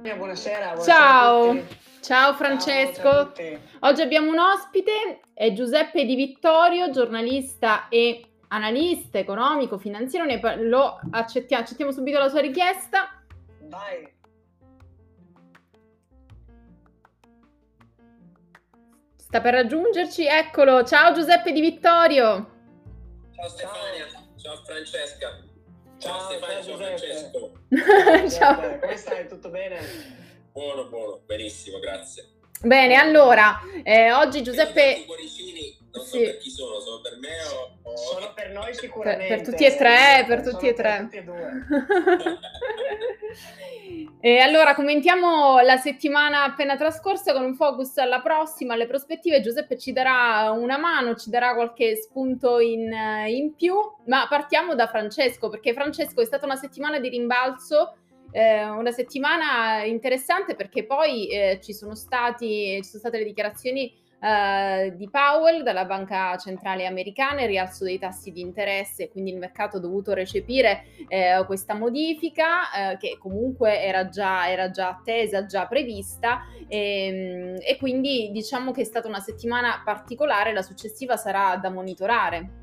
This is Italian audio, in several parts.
Buonasera, buonasera a Ciao, tutti. ciao Ciao a Francesco. tutti. Oggi abbiamo un ospite, è Giuseppe Di Vittorio, giornalista e analista economico, finanziario. Lo accettiamo subito la sua richiesta. Vai. Sta per raggiungerci, eccolo. Ciao Giuseppe Di Vittorio. Ciao Stefania, ciao Francesca. Ciao Stefania, ciao Giuseppe. Francesco. Ciao Ciao. Giuseppe, come stai? Tutto bene? Buono, benissimo, grazie. Bene, allora, oggi Giuseppe... I cuoricini non so Sì. per chi sono per me o... Sono per noi sicuramente. Per tutti e tre, per Sono tutti e per tre. tutti e due. E allora commentiamo la settimana appena trascorsa con un focus alla prossima, alle prospettive. Giuseppe ci darà una mano, ci darà qualche spunto in più, ma partiamo da Francesco, perché Francesco è stata una settimana di rimbalzo, una settimana interessante perché poi ci sono state le dichiarazioni di Powell dalla Banca Centrale Americana, il rialzo dei tassi di interesse, quindi il mercato ha dovuto recepire questa modifica che comunque era già attesa, già prevista, e quindi diciamo che è stata una settimana particolare, la successiva sarà da monitorare.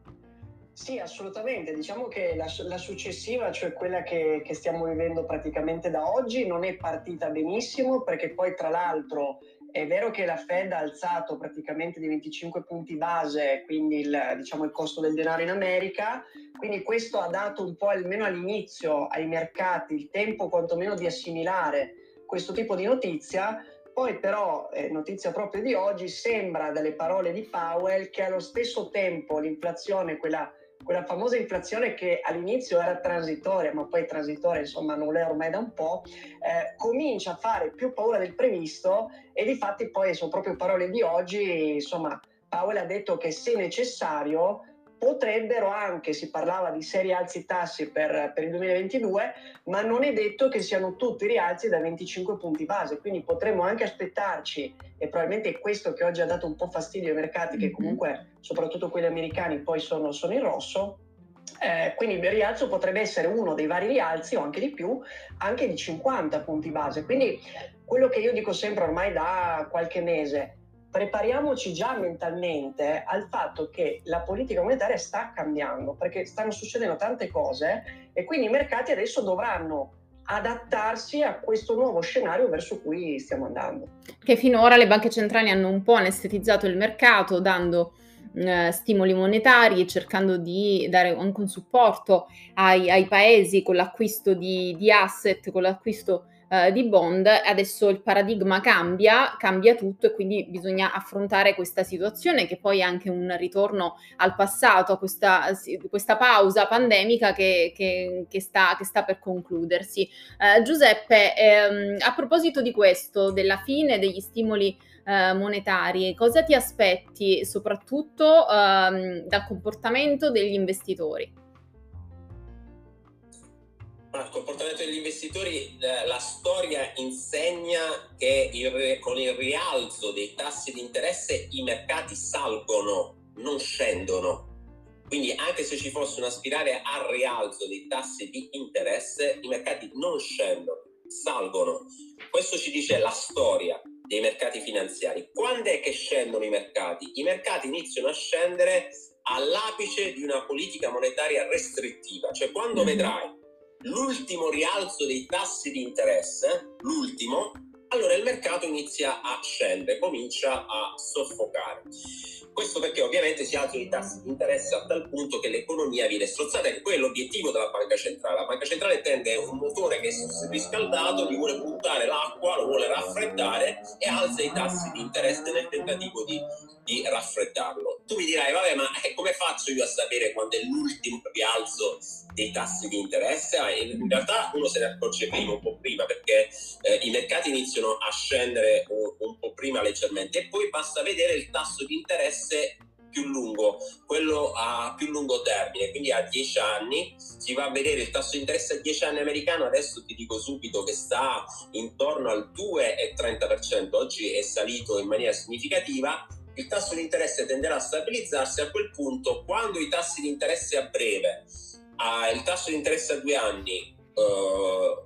Sì, assolutamente. Diciamo che la successiva, cioè quella che stiamo vivendo praticamente da oggi, non è partita benissimo, perché poi tra l'altro è vero che la Fed ha alzato praticamente di 25 punti base, quindi il costo del denaro in America, quindi questo ha dato un po', almeno all'inizio, ai mercati il tempo quantomeno di assimilare questo tipo di notizia. Poi però, notizia proprio di oggi, sembra dalle parole di Powell che allo stesso tempo l'inflazione, quella famosa inflazione che all'inizio era transitoria, ma poi transitoria insomma non è ormai da un po', comincia a fare più paura del previsto, e difatti poi sono proprio parole di oggi, insomma Powell ha detto che se necessario potrebbero anche, si parlava di 6 rialzi tassi per il 2022, ma non è detto che siano tutti rialzi da 25 punti base, quindi potremmo anche aspettarci, e probabilmente è questo che oggi ha dato un po' fastidio ai mercati, che comunque soprattutto quelli americani poi sono in rosso. Quindi il rialzo potrebbe essere uno dei vari rialzi o anche di più, anche di 50 punti base. Quindi quello che io dico sempre ormai da qualche mese: prepariamoci già mentalmente al fatto che la politica monetaria sta cambiando, perché stanno succedendo tante cose e quindi i mercati adesso dovranno adattarsi a questo nuovo scenario verso cui stiamo andando. Che finora le banche centrali hanno un po' anestetizzato il mercato, dando stimoli monetari e cercando di dare anche un supporto ai paesi con l'acquisto di asset, con l'acquisto di bond. Adesso il paradigma cambia tutto e quindi bisogna affrontare questa situazione, che poi è anche un ritorno al passato, a questa pausa pandemica che sta per concludersi. Giuseppe, a proposito di questo, della fine degli stimoli monetari, cosa ti aspetti soprattutto dal comportamento degli investitori? Il comportamento degli investitori, la storia insegna che con il rialzo dei tassi di interesse i mercati salgono, non scendono. Quindi anche se ci fosse una spirale al rialzo dei tassi di interesse, i mercati non scendono, salgono. Questo ci dice la storia dei mercati finanziari. Quando è che scendono i mercati? I mercati iniziano a scendere all'apice di una politica monetaria restrittiva, cioè quando vedrai l'ultimo rialzo dei tassi di interesse, allora il mercato inizia a scendere, comincia a soffocare. Questo perché ovviamente si alzano i tassi di interesse a tal punto che l'economia viene strozzata, che poi è l'obiettivo della banca centrale. La banca centrale tende un motore che si è riscaldato, gli vuole buttare l'acqua, lo vuole raffreddare e alza i tassi di interesse nel tentativo di raffreddarlo. Tu mi dirai, vabbè, ma come faccio io a sapere quando è l'ultimo rialzo dei tassi di interesse? In realtà uno se ne accorge prima, un po' prima, perché i mercati iniziano a scendere un po' prima leggermente, e poi basta vedere il tasso di interesse più lungo, quello a più lungo termine, quindi a 10 anni. Si va a vedere il tasso di interesse a 10 anni americano. Adesso ti dico subito che sta intorno al 2,30%, oggi è salito in maniera significativa. Il tasso di interesse tenderà a stabilizzarsi. A quel punto, quando i tassi di interesse a breve, il tasso di interesse a 2 anni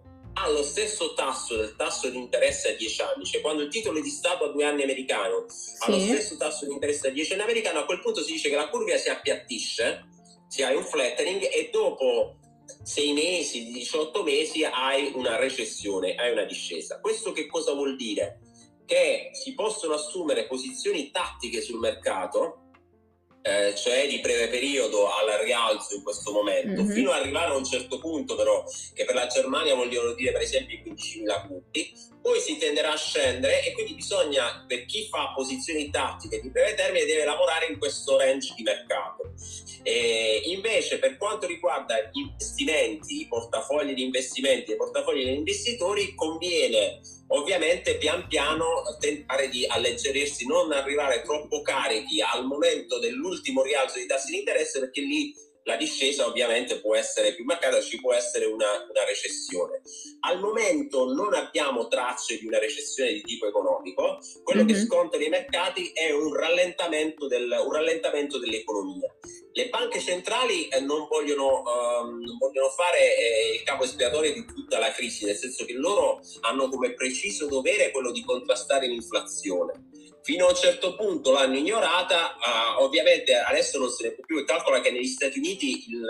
ha lo stesso tasso del tasso di interesse a 10 anni, cioè quando il titolo di Stato a 2 anni americano ha lo stesso tasso di interesse a 10 anni americano, a quel punto si dice che la curva si appiattisce, si ha un flattening, e dopo 6 mesi, 18 mesi hai una recessione, hai una discesa. Questo che cosa vuol dire? Che si possono assumere posizioni tattiche sul mercato, cioè di breve periodo al rialzo in questo momento, fino ad arrivare a un certo punto però, che per la Germania vogliono dire per esempio i 15.000 punti, poi si tenderà a scendere, e quindi bisogna, per chi fa posizioni tattiche di breve termine, deve lavorare in questo range di mercato. Invece per quanto riguarda gli investimenti, i portafogli di investimenti, i portafogli degli investitori, conviene ovviamente pian piano tentare di alleggerirsi, non arrivare troppo carichi al momento dell'ultimo rialzo dei tassi di interesse, perché lì la discesa ovviamente può essere più marcata, ci può essere una recessione. Al momento non abbiamo tracce di una recessione di tipo economico, quello che scontano i mercati è un rallentamento dell'economia. Le banche centrali non vogliono fare il capo espiatorio di tutta la crisi, nel senso che loro hanno come preciso dovere quello di contrastare l'inflazione. Fino a un certo punto l'hanno ignorata, ovviamente adesso non se ne può più, e calcola che negli Stati Uniti il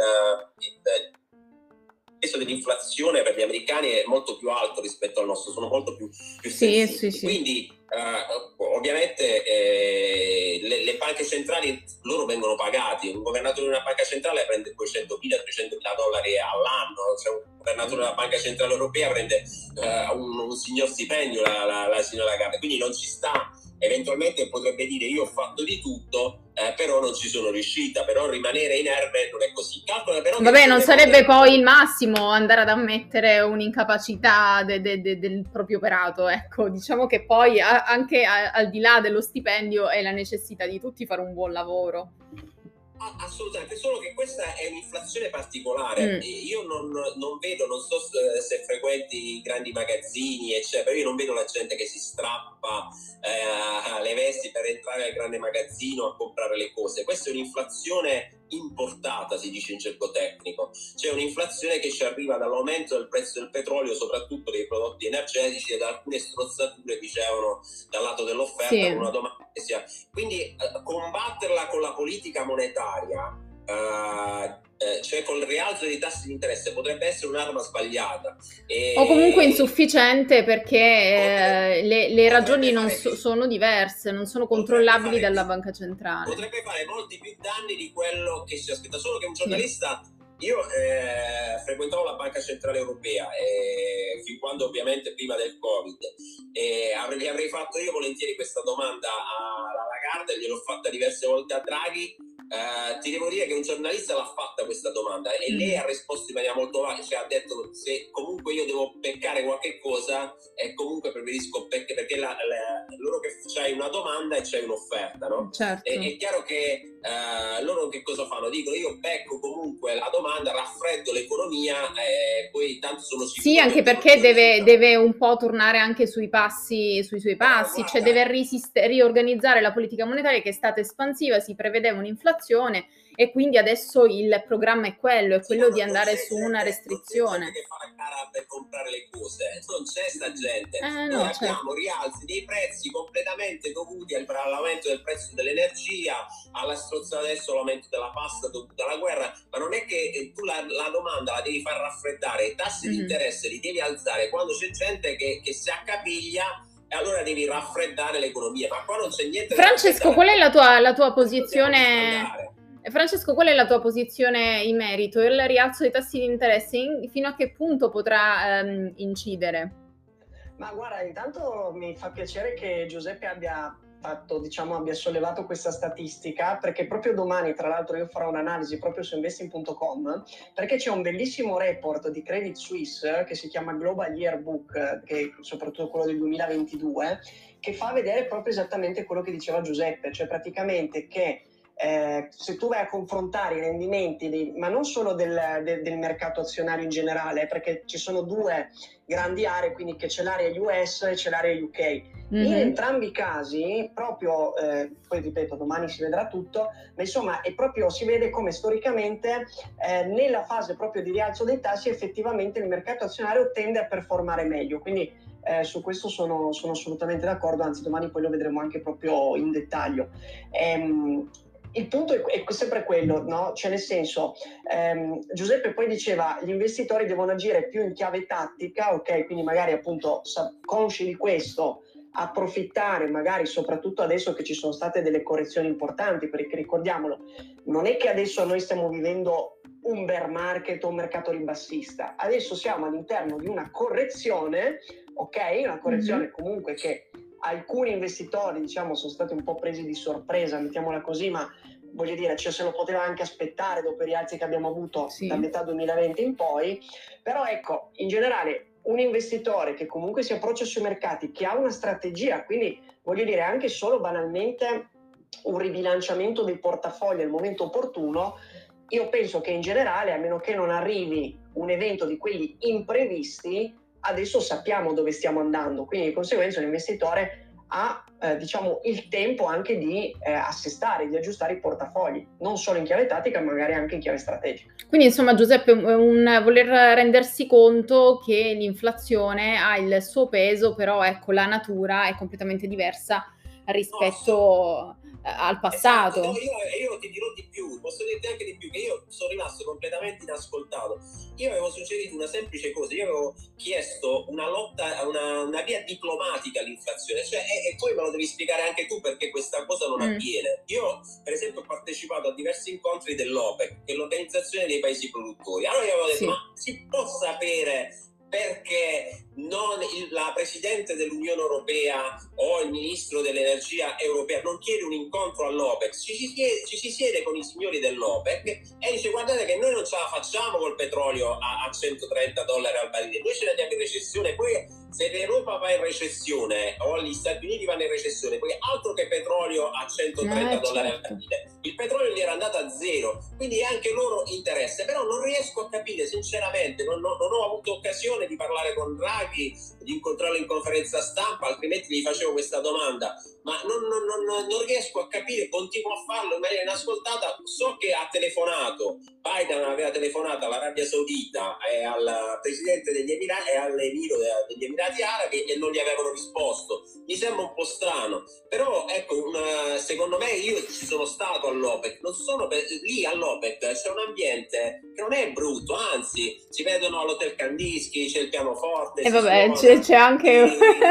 peso dell'inflazione per gli americani è molto più alto rispetto al nostro, sono molto più sensibili. Sì. Quindi ovviamente le banche centrali, loro vengono pagati, un governatore di una banca centrale prende $200.000-300.000 all'anno, cioè un governatore della banca centrale europea prende un signor stipendio, la signora Lagarde, quindi non ci sta. Eventualmente potrebbe dire io ho fatto di tutto, però non ci sono riuscita, però rimanere inerme non è così. Calcola però vabbè, non sarebbe poi il massimo andare ad ammettere un'incapacità del proprio operato, ecco, diciamo che poi anche al di là dello stipendio è la necessità di tutti fare un buon lavoro. Assolutamente, solo che questa è un'inflazione particolare. Io non vedo, non so se frequenti i grandi magazzini eccetera, io non vedo la gente che si strappa le vesti per entrare al grande magazzino a comprare le cose. Questa è un'inflazione importata, si dice in gergo tecnico, c'è un'inflazione che ci arriva dall'aumento del prezzo del petrolio, soprattutto dei prodotti energetici, e da alcune strozzature, dicevano, dal lato dell'offerta, con una domanda che sia. Quindi combatterla con la politica monetaria, cioè con il rialzo dei tassi di interesse, potrebbe essere un'arma sbagliata o comunque insufficiente, perché le ragioni non sono diverse, non sono controllabili dalla banca centrale. Potrebbe fare molti più danni di quello che si aspetta. Solo che un giornalista, io frequentavo la Banca Centrale Europea fin quando, ovviamente, prima del Covid, gli avrei fatto io volentieri questa domanda alla Lagarde, gliel'ho fatta diverse volte a Draghi. Ti devo dire che un giornalista l'ha fatta questa domanda, e lei ha risposto in maniera molto vaga, cioè ha detto: se comunque io devo beccare qualche cosa, comunque preferisco perché loro, che c'hai una domanda e c'hai un'offerta, no? Certo. È chiaro che loro che cosa fanno? Dicono: io becco comunque la domanda, raffreddo l'economia, e poi tanto sono sicuro. Sì, anche perché deve un po' tornare anche sui suoi passi, cioè deve riorganizzare la politica monetaria, che è stata espansiva, si prevedeva un'inflazione, e quindi adesso il programma è quello di andare su una restrizione. Non c'è gente che fa la gara per comprare le cose, non c'è sta gente. Noi no, abbiamo rialzi dei prezzi completamente dovuti all'aumento del prezzo dell'energia, alla strozzata adesso l'aumento della pasta dovuta alla guerra, ma non è che tu la domanda la devi far raffreddare, i tassi di interesse li devi alzare quando c'è gente che si accapiglia, e allora devi raffreddare l'economia, ma qua non c'è niente. Francesco, qual è la tua posizione? Francesco, qual è la tua posizione in merito? Il rialzo dei tassi di interesse fino a che punto potrà incidere? Ma guarda, intanto mi fa piacere che Giuseppe abbia sollevato questa statistica, perché proprio domani, tra l'altro, io farò un'analisi proprio su investing.com, perché c'è un bellissimo report di Credit Suisse che si chiama Global Yearbook, che è soprattutto quello del 2022, che fa vedere proprio esattamente quello che diceva Giuseppe, cioè praticamente che se tu vai a confrontare i rendimenti, ma non solo del mercato azionario in generale, perché ci sono due grandi aree, quindi che c'è l'area US e c'è l'area UK. In entrambi i casi, proprio, poi ripeto, domani si vedrà tutto, ma insomma è proprio, si vede come storicamente nella fase proprio di rialzo dei tassi effettivamente il mercato azionario tende a performare meglio, quindi su questo sono assolutamente d'accordo, anzi domani poi lo vedremo anche proprio in dettaglio. Il punto è sempre quello, no? Cioè nel senso, Giuseppe poi diceva gli investitori devono agire più in chiave tattica, ok? Quindi magari appunto consci di questo, approfittare magari soprattutto adesso che ci sono state delle correzioni importanti, perché ricordiamolo, non è che adesso noi stiamo vivendo un bear market o un mercato ribassista, adesso siamo all'interno di una correzione, ok? Una correzione comunque che alcuni investitori, diciamo, sono stati un po' presi di sorpresa, mettiamola così, ma voglio dire, cioè, se lo poteva anche aspettare dopo i rialzi che abbiamo avuto da metà 2020 in poi, però ecco, in generale un investitore che comunque si approccia sui mercati, che ha una strategia, quindi voglio dire anche solo banalmente un ribilanciamento dei portafogli al momento opportuno, io penso che in generale, a meno che non arrivi un evento di quelli imprevisti, adesso sappiamo dove stiamo andando, quindi di conseguenza l'investitore ha diciamo il tempo anche di assestare, di aggiustare i portafogli, non solo in chiave tattica, ma magari anche in chiave strategica. Quindi insomma Giuseppe, un voler rendersi conto che l'inflazione ha il suo peso, però ecco la natura è completamente diversa rispetto al passato. Esatto. No, io ti dirò di più, posso dirti anche di più, che io sono rimasto completamente inascoltato. Io avevo suggerito una semplice cosa, io avevo chiesto una lotta, una via diplomatica all'inflazione, cioè, e poi me lo devi spiegare anche tu perché questa cosa non avviene. Io per esempio ho partecipato a diversi incontri dell'OPEC, che è l'organizzazione dei paesi produttori. Allora io avevo detto, ma si può sapere perché non la Presidente dell'Unione Europea o il Ministro dell'Energia europea non chiede un incontro all'OPEC, ci si siede con i signori dell'OPEC e dice guardate che noi non ce la facciamo col petrolio a $130 al barile, noi ce ne andiamo in recessione, poi se l'Europa va in recessione o gli Stati Uniti vanno in recessione, poi altro che petrolio a $130 al barile, il petrolio gli era andato a zero, quindi è anche loro interesse, però non riesco a capire sinceramente, non ho avuto occasione di parlare con Draghi, di incontrarlo in conferenza stampa, altrimenti gli facevo questa domanda, ma non riesco a capire, continuo a farlo in maniera inascoltata. So che ha telefonato, Biden aveva telefonato all'Arabia Saudita e al presidente degli Emirati e all'emiro degli Emirati Arabi e non gli avevano risposto. Mi sembra un po' strano, però ecco, secondo me, io ci sono stato all'OPEC, non sono lì all'OPEC c'è un ambiente che non è brutto, anzi si vedono all'Hotel Kandinsky, c'è il pianoforte, e vabbè, c'è anche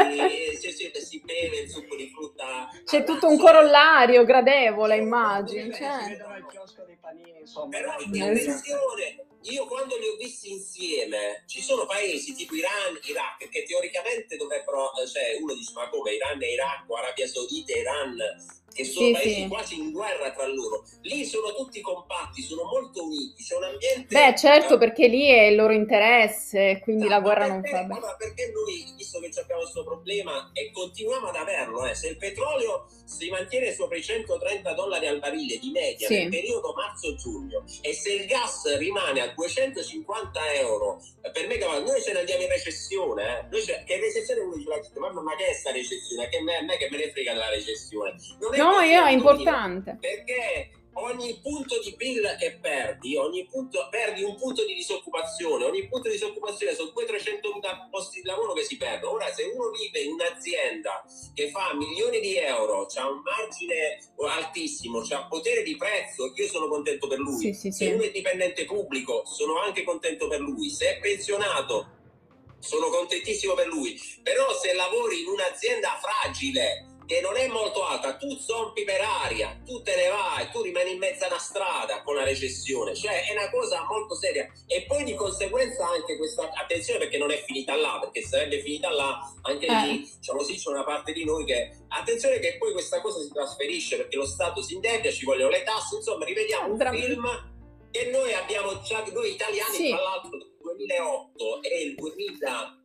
si beve il succo di frutta, c'è tutto un corollario gradevole, immagino, si vedono il chiosco dei panini, insomma. Però attenzione, io quando li ho visti insieme, ci sono paesi tipo Iran, Iraq, che teoricamente dovrebbero, cioè uno dice ma come Iran e Iraq, o Arabia Saudita e Iran, che sono paesi quasi in guerra tra loro, lì sono tutti compatti, sono molto uniti, c'è un ambiente... Beh certo, perché lì è il loro interesse, quindi la guerra non fa bene. Ma perché noi, visto che abbiamo questo problema e continuiamo ad averlo, se il petrolio si mantiene sopra i $130 al barile di media nel periodo marzo-giugno e se il gas rimane a €250 per megawatt, noi ce ne andiamo in recessione, che recessione uno dice, ma che è sta recessione? Che me ne frega della recessione? No, è importante. Perché ogni punto di PIL che perdi, perdi un punto di disoccupazione, ogni punto di disoccupazione sono 200-300 posti di lavoro che si perdono. Ora, se uno vive in un'azienda che fa milioni di euro, c'ha un margine altissimo, c'ha potere di prezzo, io sono contento per lui. Se uno è dipendente pubblico, sono anche contento per lui. Se è pensionato, sono contentissimo per lui. Però se lavori in un'azienda fragile, che non è molto alta, tu zompi per aria, tu te ne vai, tu rimani in mezzo a una strada con la recessione, cioè è una cosa molto seria. E poi di conseguenza anche questa attenzione, perché non è finita là, perché sarebbe finita là anche lì, diciamo sì, c'è una parte di noi che attenzione che poi questa cosa si trasferisce perché lo Stato si indebita, ci vogliono le tasse, insomma rivediamo un film che noi abbiamo già, noi italiani tra l'altro, 2008 e il 2000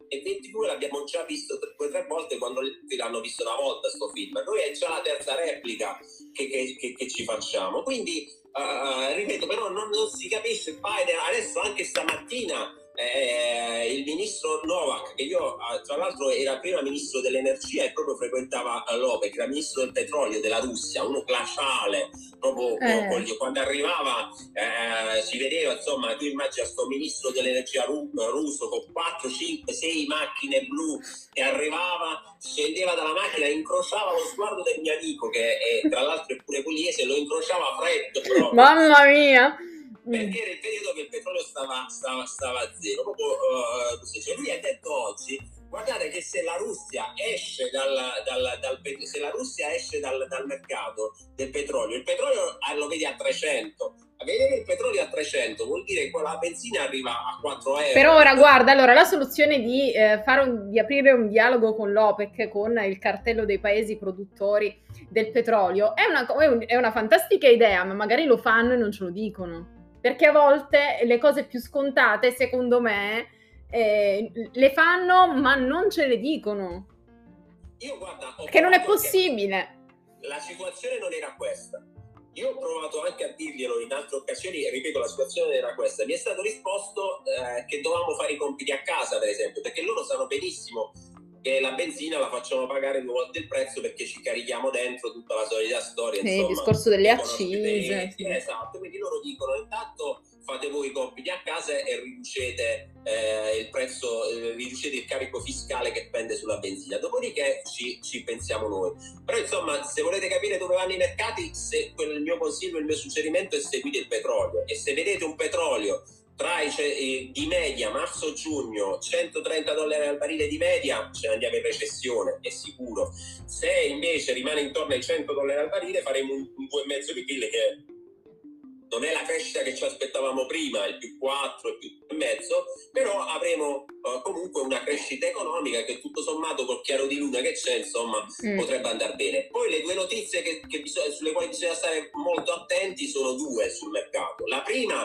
2022 l'abbiamo già visto 2 o 3 volte, quando l'hanno visto una volta sto film. Noi è già la terza replica che ci facciamo, quindi ripeto, però non si capisce. Biden adesso, anche stamattina, il ministro Novak, che io tra l'altro era prima ministro dell'energia e proprio frequentava l'OPEC, era ministro del petrolio della Russia, uno glaciale, proprio quando arrivava si vedeva, insomma, tu immagina sto ministro dell'energia russo con 4, 5, 6 macchine blu che arrivava, scendeva dalla macchina, incrociava lo sguardo del mio amico, che è, tra l'altro è pure pugliese, lo incrociava freddo proprio. Mamma mia! Perché era il periodo che il petrolio stava a zero. Proprio, cioè lui ha detto oggi: guardate che se la Russia esce se la Russia esce dal mercato del petrolio, il petrolio lo vedi a 300. Vedere il petrolio a 300 vuol dire che la benzina arriva a 4 euro. Per ora, guarda, allora la soluzione di aprire un dialogo con l'OPEC, con il cartello dei paesi produttori del petrolio, è una fantastica idea, ma magari lo fanno e non ce lo dicono. Perché a volte le cose più scontate, secondo me, le fanno ma non ce le dicono. Io, guarda, perché non è possibile. La situazione non era questa. Io ho provato anche a dirglielo in altre occasioni e ripeto, la situazione era questa. Mi è stato risposto che dovevamo fare i compiti a casa, per esempio, perché loro sanno benissimo che la benzina la facciamo pagare 2 volte il prezzo, perché ci carichiamo dentro tutta la solita storia. Sì, insomma, il discorso delle accise. Sì. Esatto, quindi loro dicono: intanto fate voi i compiti a casa e riducete il prezzo, riducete il carico fiscale che pende sulla benzina, dopodiché ci pensiamo noi. Però insomma, se volete capire dove vanno i mercati, il mio consiglio, il mio suggerimento è: seguite il petrolio, e se vedete un petrolio di media marzo-giugno $130 al barile di media, ce ne andiamo in recessione, è sicuro. Se invece rimane intorno ai $100 al barile, faremo un 2,5 di PIL, che non è la crescita che ci aspettavamo prima, il più 4, il più 3,5, però avremo comunque una crescita economica che tutto sommato, col chiaro di luna che c'è, insomma, potrebbe andare bene. Poi le 2 notizie sulle quali bisogna stare molto attenti sono 2 sul mercato. La prima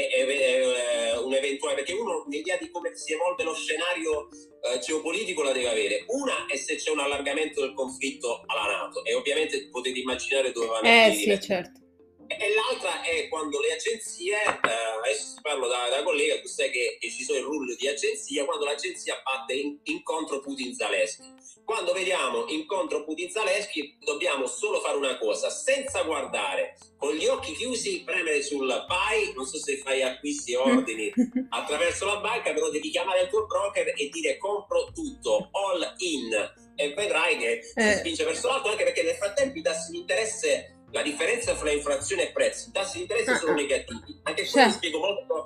è un eventuale, perché uno un'idea di come si evolve lo scenario geopolitico la deve avere. Una è se c'è un allargamento del conflitto alla NATO, e ovviamente potete immaginare dove vanno a finire. Sì, certo. E l'altra è quando le agenzie, adesso parlo da collega, tu sai che ci sono il rullo di agenzia, quando l'agenzia batte incontro Putin-Zelensky. Quando vediamo incontro Putin-Zelensky dobbiamo solo fare una cosa: senza guardare, con gli occhi chiusi, premere sul buy. Non so se fai acquisti e ordini attraverso la banca, però devi chiamare il tuo broker e dire: compro tutto, all in, e vedrai che si spinge verso l'alto, anche perché nel frattempo i tassi di interesse, la differenza fra inflazione e prezzi, i tassi di interesse sono negativi. Anche questo lo spiego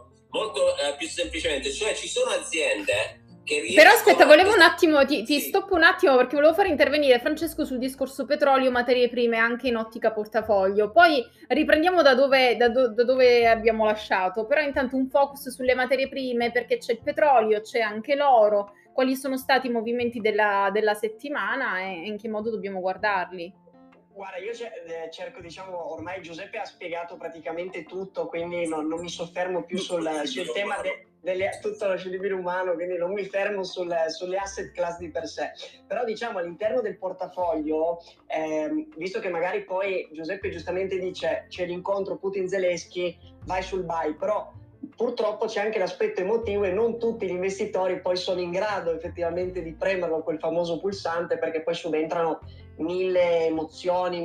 molto più semplicemente. Cioè, ci sono aziende che riescono... Però aspetta, volevo un attimo, ti stoppo un attimo, perché volevo fare intervenire Francesco sul discorso petrolio, materie prime, anche in ottica portafoglio. Poi riprendiamo da dove abbiamo lasciato. Però intanto un focus sulle materie prime, perché c'è il petrolio, c'è anche l'oro. Quali sono stati i movimenti della settimana e in che modo dobbiamo guardarli? Guarda, io cerco, diciamo, ormai Giuseppe ha spiegato praticamente tutto, quindi non mi soffermo più sul tema tutto lo scegliere umano, quindi non mi fermo sulle asset class di per sé. Però diciamo all'interno del portafoglio, visto che magari poi Giuseppe giustamente dice c'è l'incontro Putin-Zelensky, vai sul buy, però purtroppo c'è anche l'aspetto emotivo e non tutti gli investitori poi sono in grado effettivamente di premerlo quel famoso pulsante, perché poi subentrano 1000 emozioni,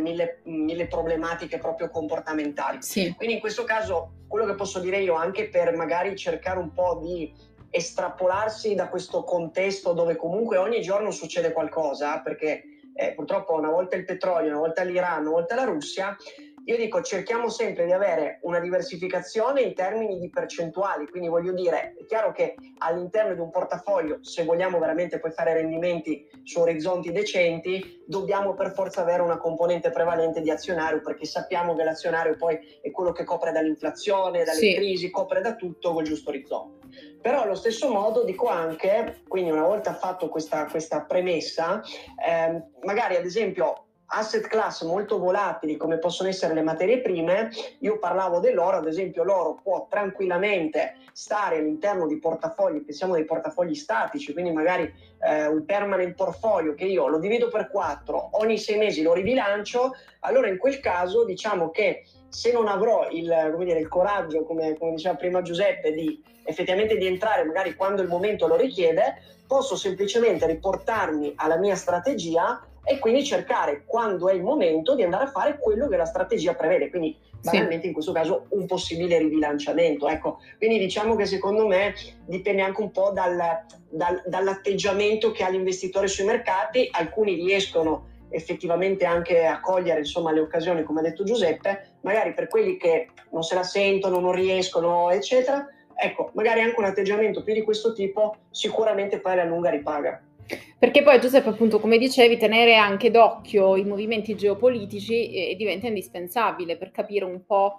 mille problematiche proprio comportamentali. Sì. Quindi in questo caso quello che posso dire io, anche per magari cercare un po' di estrapolarsi da questo contesto dove comunque ogni giorno succede qualcosa, perché purtroppo una volta il petrolio, una volta l'Iran, una volta la Russia, io dico cerchiamo sempre di avere una diversificazione in termini di percentuali, quindi voglio dire, è chiaro che all'interno di un portafoglio, se vogliamo veramente poi fare rendimenti su orizzonti decenti, dobbiamo per forza avere una componente prevalente di azionario, perché sappiamo che l'azionario poi è quello che copre dall'inflazione, dalle crisi, copre da tutto col giusto orizzonte. Però allo stesso modo dico anche, quindi una volta fatto questa premessa, magari ad esempio asset class molto volatili come possono essere le materie prime, io parlavo dell'oro, ad esempio l'oro può tranquillamente stare all'interno di portafogli, pensiamo dei portafogli statici, quindi magari un permanent portfolio che io lo divido per 4, ogni 6 mesi lo ribilancio, allora in quel caso diciamo che se non avrò il coraggio, come diceva prima Giuseppe, di effettivamente di entrare magari quando il momento lo richiede, posso semplicemente riportarmi alla mia strategia e quindi cercare, quando è il momento, di andare a fare quello che la strategia prevede, quindi banalmente in questo caso un possibile ribilanciamento. Ecco, quindi diciamo che secondo me dipende anche un po' dall'atteggiamento che ha l'investitore sui mercati. Alcuni riescono effettivamente anche a cogliere insomma le occasioni, come ha detto Giuseppe, magari per quelli che non se la sentono, non riescono, eccetera, ecco, magari anche un atteggiamento più di questo tipo sicuramente poi alla lunga ripaga. Perché poi Giuseppe, appunto, come dicevi, tenere anche d'occhio i movimenti geopolitici diventa indispensabile per capire un po'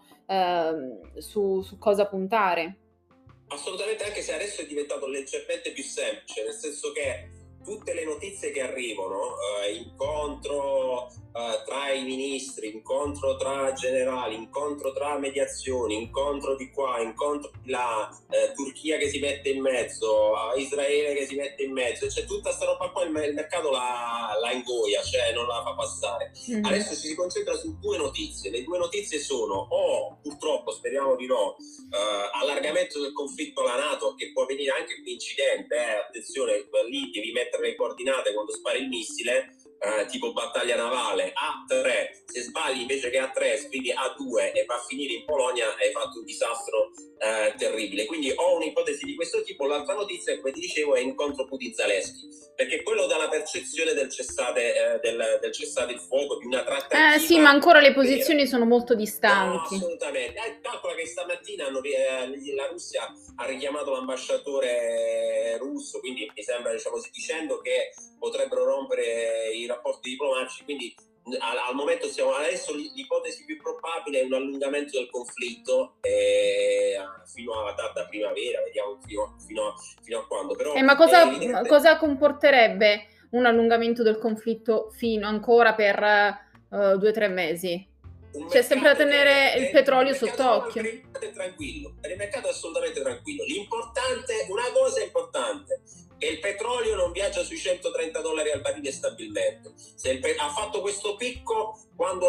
su cosa puntare. Assolutamente, anche se adesso è diventato leggermente più semplice, nel senso che tutte le notizie che arrivano, incontro tra i ministri, incontro tra generali, incontro tra mediazioni, incontro di qua, incontro di là, Turchia che si mette in mezzo, Israele che si mette in mezzo, cioè tutta sta roba qua il mercato la ingoia, cioè non la fa passare. Mm-hmm. Adesso ci si concentra su due notizie. Le due notizie sono purtroppo, speriamo di no, allargamento del conflitto alla NATO, che può venire anche un incidente, attenzione, lì devi mettere le coordinate quando spari il missile, tipo battaglia navale, A3, se sbagli invece che A3 scrivi A2 e va a finire in Polonia, hai fatto un disastro terribile. Quindi ho un'ipotesi di questo tipo. L'altra notizia, come ti dicevo, è incontro Putin-Zelensky, perché quello dà la percezione del cessate il fuoco, di una trattativa. Sì, ma ancora le posizioni sono molto distanti. No, assolutamente. Calcola che stamattina la Russia ha richiamato l'ambasciatore russo, quindi mi sembra, diciamo, dicendo che potrebbero rompere i rapporti diplomatici, quindi al momento adesso l'ipotesi più probabile è un allungamento del conflitto fino alla tarda primavera, vediamo fino a quando. Però ma cosa comporterebbe un allungamento del conflitto fino ancora per 2 o 3 mesi? C'è sempre da tenere il petrolio sott'occhio. Per il mercato è assolutamente tranquillo. Una cosa è importante, che il petrolio non viaggia sui $130 al barile stabilmente. Ha fatto questo picco quando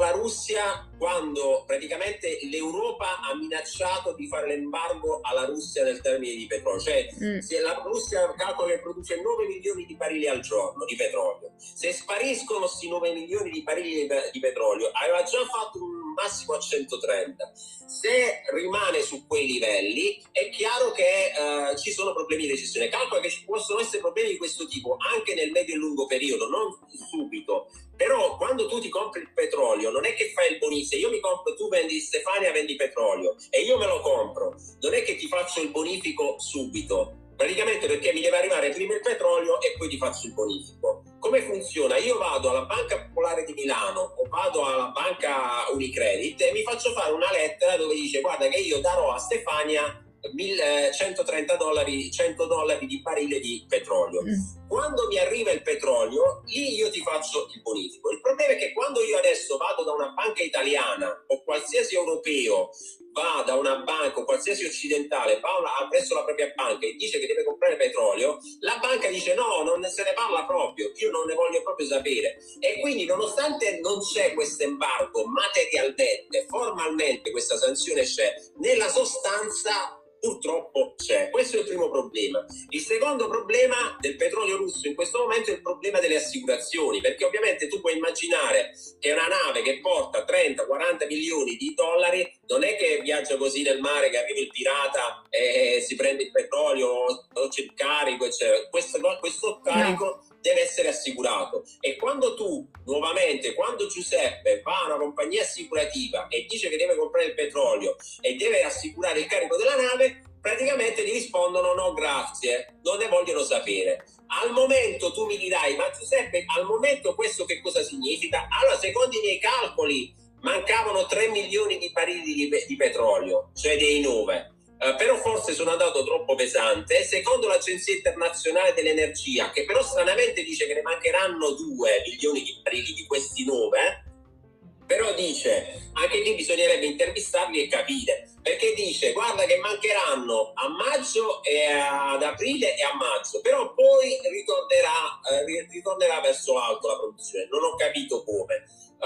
praticamente l'Europa ha minacciato di fare l'embargo alla Russia nel termine di petrolio. Cioè, se la Russia calcola che produce 9 milioni di barili al giorno di petrolio, se spariscono questi 9 milioni di barili di petrolio, aveva già fatto un massimo a 130. Se rimane su quei livelli, è chiaro che ci sono problemi di recessione. Calcola che ci possono essere problemi di questo tipo anche nel medio e lungo periodo, non subito. Però quando tu ti compri il petrolio non è che fai il bonifico. Se io mi compro, tu vendi Stefania, vendi petrolio e io me lo compro, non è che ti faccio il bonifico subito, praticamente, perché mi deve arrivare prima il petrolio e poi ti faccio il bonifico. Come funziona? Io vado alla Banca Popolare di Milano o vado alla banca Unicredit e mi faccio fare una lettera dove dice: guarda che io darò a Stefania $130, $100 di barile di petrolio. Quando mi arriva il petrolio, lì io ti faccio il bonifico. Il problema è che quando io adesso vado da una banca italiana o qualsiasi europeo va da una banca o qualsiasi occidentale, va presso la propria banca e dice che deve comprare petrolio, la banca dice no, non se ne parla proprio, io non ne voglio proprio sapere. E quindi, nonostante non c'è questo embargo materialmente, formalmente questa sanzione c'è, nella sostanza purtroppo c'è. Questo è il primo problema. Il secondo problema del petrolio russo in questo momento è il problema delle assicurazioni, perché ovviamente tu puoi immaginare che una nave che porta 30-40 milioni di dollari non è che viaggia così nel mare, che arriva il pirata e si prende il petrolio o c'è il carico, eccetera. Questo carico deve essere assicurato. E quando Giuseppe va a una compagnia assicurativa e dice che deve comprare il petrolio e deve assicurare il carico della nave, praticamente gli rispondono no grazie, non ne vogliono sapere. Al momento tu mi dirai: ma Giuseppe, al momento questo che cosa significa? Allora, secondo i miei calcoli mancavano 3 milioni di barili di petrolio, cioè dei 9. però forse sono andato troppo pesante. Secondo l'Agenzia Internazionale dell'Energia, che però stranamente dice che ne mancheranno 2 milioni di barili di questi 9, però dice, anche lì bisognerebbe intervistarli e capire, perché dice, guarda che mancheranno a maggio e ad aprile e a maggio, però poi ritornerà verso l'alto la produzione. Non ho capito come.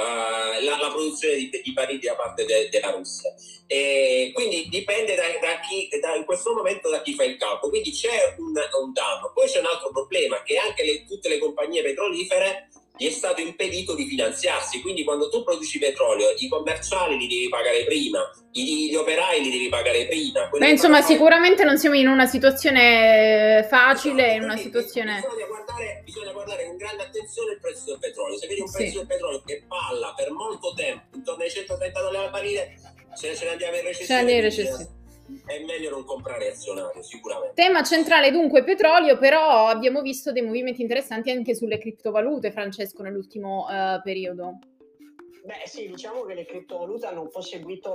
La produzione di barili da parte della Russia, e quindi dipende in questo momento da chi fa il calcolo. Quindi c'è un danno. Poi c'è un altro problema, che anche tutte le compagnie petrolifere gli è stato impedito di finanziarsi, quindi quando tu produci petrolio i commerciali li devi pagare prima, gli operai li devi pagare prima. Beh, insomma, sicuramente non siamo in una situazione facile, esatto, in una situazione... Bisogna guardare con grande attenzione il prezzo del petrolio. Se vedi un prezzo del petrolio che palla per molto tempo intorno ai $130 al barile, se ce ne andiamo in recessione, è meglio non comprare azionario, sicuramente. Tema centrale dunque petrolio, però abbiamo visto dei movimenti interessanti anche sulle criptovalute, Francesco, nell'ultimo periodo. Beh sì, diciamo che le criptovalute hanno un po' seguito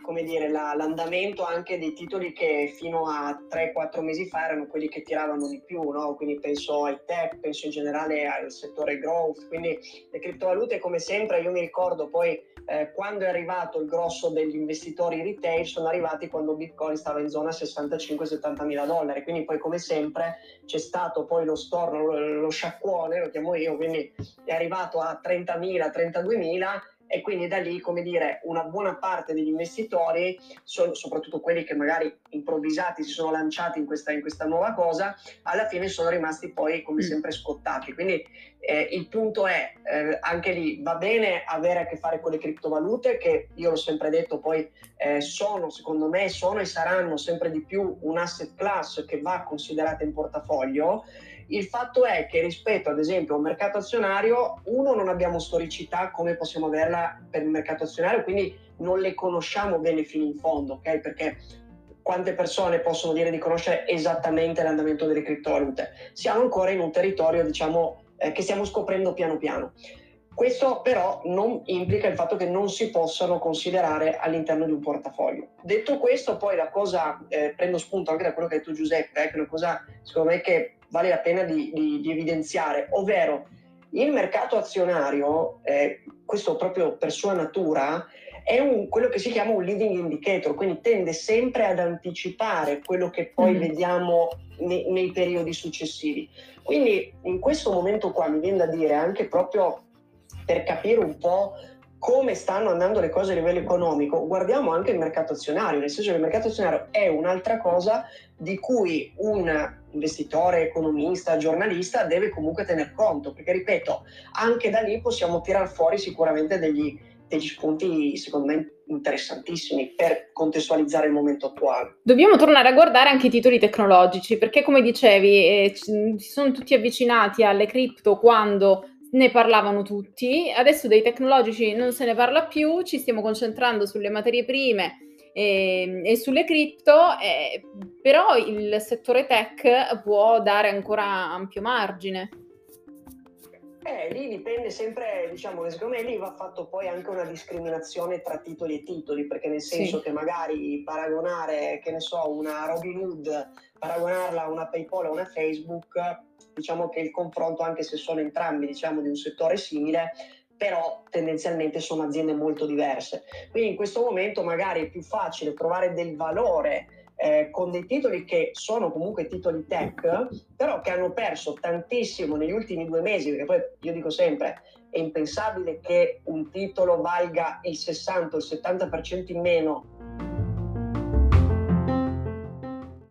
l'andamento anche dei titoli che fino a 3-4 mesi fa erano quelli che tiravano di più, no? Quindi penso ai tech, penso in generale al settore growth, quindi le criptovalute come sempre, io mi ricordo poi quando è arrivato il grosso degli investitori retail, sono arrivati quando Bitcoin stava in zona 65-70 mila dollari, quindi poi come sempre c'è stato poi lo storno, lo sciacquone, lo chiamo io, quindi è arrivato a 30.000, 32.000, e quindi da lì, come dire, una buona parte degli investitori, soprattutto quelli che magari improvvisati si sono lanciati in questa nuova cosa, alla fine sono rimasti poi come sempre scottati. Quindi il punto è, anche lì va bene avere a che fare con le criptovalute, che io l'ho sempre detto, poi secondo me sono e saranno sempre di più un asset class che va considerata in portafoglio. Il fatto è che rispetto ad esempio a un mercato azionario, non abbiamo storicità come possiamo averla per il mercato azionario, quindi non le conosciamo bene fino in fondo, ok? Perché quante persone possono dire di conoscere esattamente l'andamento delle criptovalute? Siamo ancora in un territorio, diciamo, che stiamo scoprendo piano piano. Questo però non implica il fatto che non si possano considerare all'interno di un portafoglio. Detto questo, poi la cosa, prendo spunto anche da quello che ha detto Giuseppe, che è una cosa secondo me che vale la pena di evidenziare, ovvero il mercato azionario, questo proprio per sua natura, è quello che si chiama un leading indicator, quindi tende sempre ad anticipare quello che poi vediamo nei periodi successivi. Quindi in questo momento qua mi viene da dire, anche proprio per capire un po' come stanno andando le cose a livello economico, guardiamo anche il mercato azionario, nel senso che il mercato azionario è un'altra cosa di cui un investitore, economista, giornalista deve comunque tener conto, perché ripeto, anche da lì possiamo tirar fuori sicuramente degli spunti secondo me interessantissimi per contestualizzare il momento attuale. Dobbiamo tornare a guardare anche i titoli tecnologici, perché come dicevi si sono tutti avvicinati alle cripto quando ne parlavano tutti, adesso dei tecnologici non se ne parla più, ci stiamo concentrando sulle materie prime e sulle cripto, però il settore tech può dare ancora ampio margine. Lì dipende sempre, diciamo che secondo me lì va fatto poi anche una discriminazione tra titoli e titoli, perché nel senso che magari paragonare, che ne so, una Robinhood, paragonarla a una PayPal o una Facebook, diciamo che il confronto, anche se sono entrambi diciamo di un settore simile, però tendenzialmente sono aziende molto diverse. Quindi in questo momento magari è più facile trovare del valore con dei titoli che sono comunque titoli tech, però che hanno perso tantissimo negli ultimi 2 mesi, perché poi io dico sempre, è impensabile che un titolo valga il 60 o il 70% in meno